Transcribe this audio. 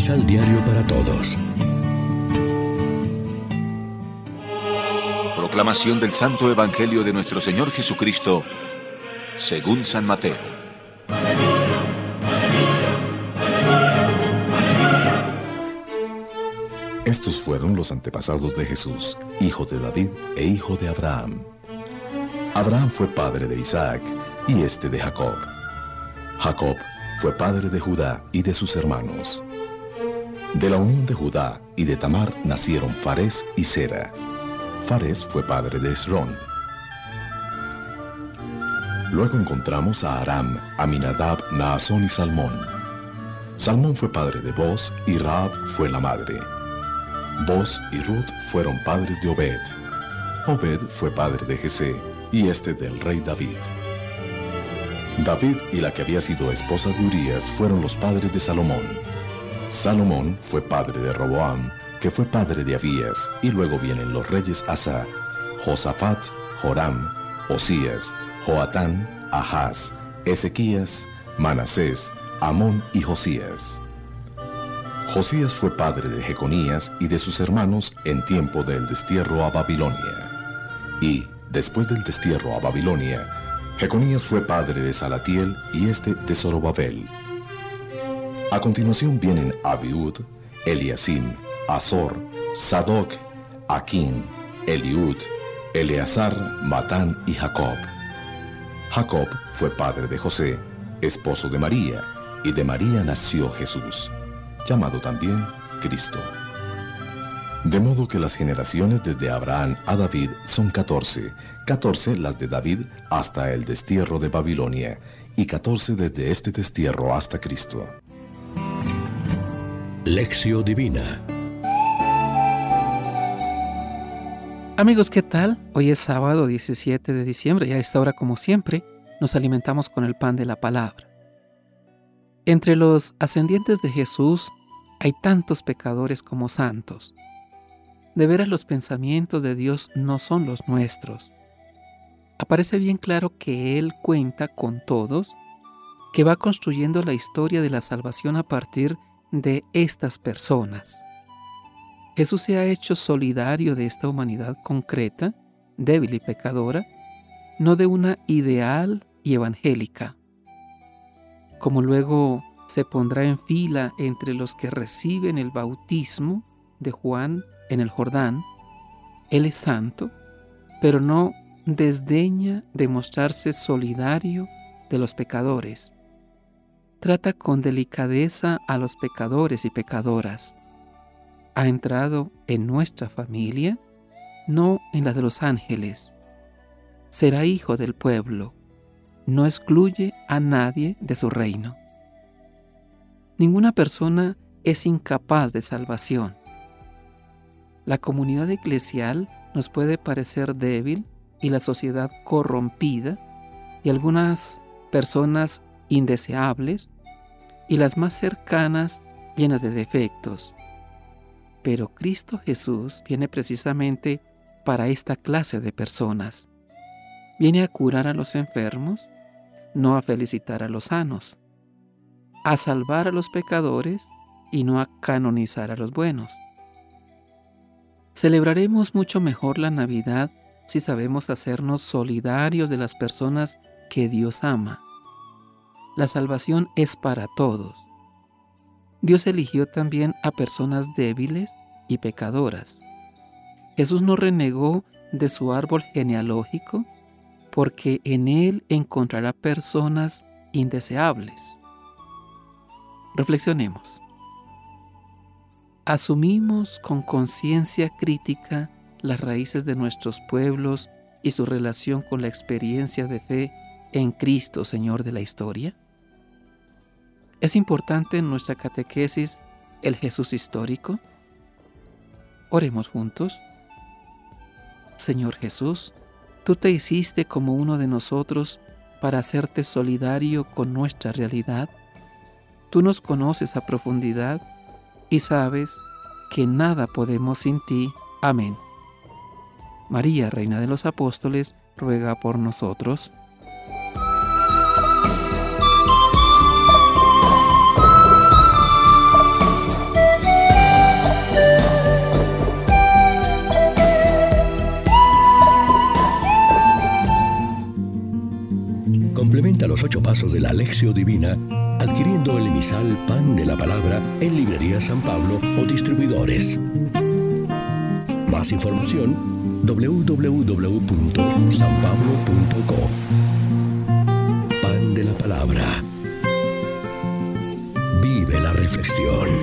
Misal Diario para Todos. Proclamación del Santo Evangelio de nuestro Señor Jesucristo, según San Mateo. Estos fueron los antepasados de Jesús, hijo de David e hijo de Abraham. Abraham fue padre de Isaac y este de Jacob. Jacob fue padre de Judá y de sus hermanos. De la unión de Judá y de Tamar nacieron Farés y Sera. Farés fue padre de Esrón. Luego encontramos a Aram, Aminadab, Naasón y Salmón. Salmón fue padre de Boz y Rahab fue la madre. Boz y Ruth fueron padres de Obed. Obed fue padre de Jesé y este del rey David. David y la que había sido esposa de Urías fueron los padres de Salomón. Salomón fue padre de Roboam, que fue padre de Abías, y luego vienen los reyes Asa, Josafat, Joram, Osías, Joatán, Ahaz, Ezequías, Manasés, Amón y Josías. Josías fue padre de Jeconías y de sus hermanos en tiempo del destierro a Babilonia. Y, después del destierro a Babilonia, Jeconías fue padre de Salatiel y este de Zorobabel. A continuación vienen Abiud, Eliasim, Azor, Sadoc, Aquín, Eliud, Eleazar, Matán y Jacob. Jacob fue padre de José, esposo de María, y de María nació Jesús, llamado también Cristo. De modo que las generaciones desde Abraham a David son 14 las de David hasta el destierro de Babilonia, y 14 desde este destierro hasta Cristo. Lección Divina. Amigos, ¿qué tal? Hoy es sábado 17 de diciembre y a esta hora, como siempre, nos alimentamos con el pan de la palabra. Entre los ascendientes de Jesús hay tantos pecadores como santos. De veras, los pensamientos de Dios no son los nuestros. Aparece bien claro que Él cuenta con todos, que va construyendo la historia de la salvación a partir de estas personas. Jesús se ha hecho solidario de esta humanidad concreta, débil y pecadora, no de una ideal y evangélica. Como luego se pondrá en fila entre los que reciben el bautismo de Juan en el Jordán, Él es santo, pero no desdeña de mostrarse solidario de los pecadores. Trata con delicadeza a los pecadores y pecadoras. Ha entrado en nuestra familia, no en la de los ángeles. Será hijo del pueblo. No excluye a nadie de su reino. Ninguna persona es incapaz de salvación. La comunidad eclesial nos puede parecer débil y la sociedad corrompida y algunas personas indeseables y las más cercanas llenas de defectos. Pero Cristo Jesús viene precisamente para esta clase de personas. Viene a curar a los enfermos, no a felicitar a los sanos, a salvar a los pecadores y no a canonizar a los buenos. Celebraremos mucho mejor la Navidad si sabemos hacernos solidarios de las personas que Dios ama. La salvación es para todos. Dios eligió también a personas débiles y pecadoras. Jesús no renegó de su árbol genealógico porque en él encontrará personas indeseables. Reflexionemos. ¿Asumimos con conciencia crítica las raíces de nuestros pueblos y su relación con la experiencia de fe en Cristo, Señor de la historia? ¿Es importante en nuestra catequesis el Jesús histórico? Oremos juntos. Señor Jesús, tú te hiciste como uno de nosotros para hacerte solidario con nuestra realidad. Tú nos conoces a profundidad y sabes que nada podemos sin ti. Amén. María, Reina de los Apóstoles, ruega por nosotros. paso de la Lección Divina adquiriendo el emisal Pan de la Palabra en Librería San Pablo o distribuidores. Más información www.sanpablo.co. Pan de la Palabra. Vive la reflexión.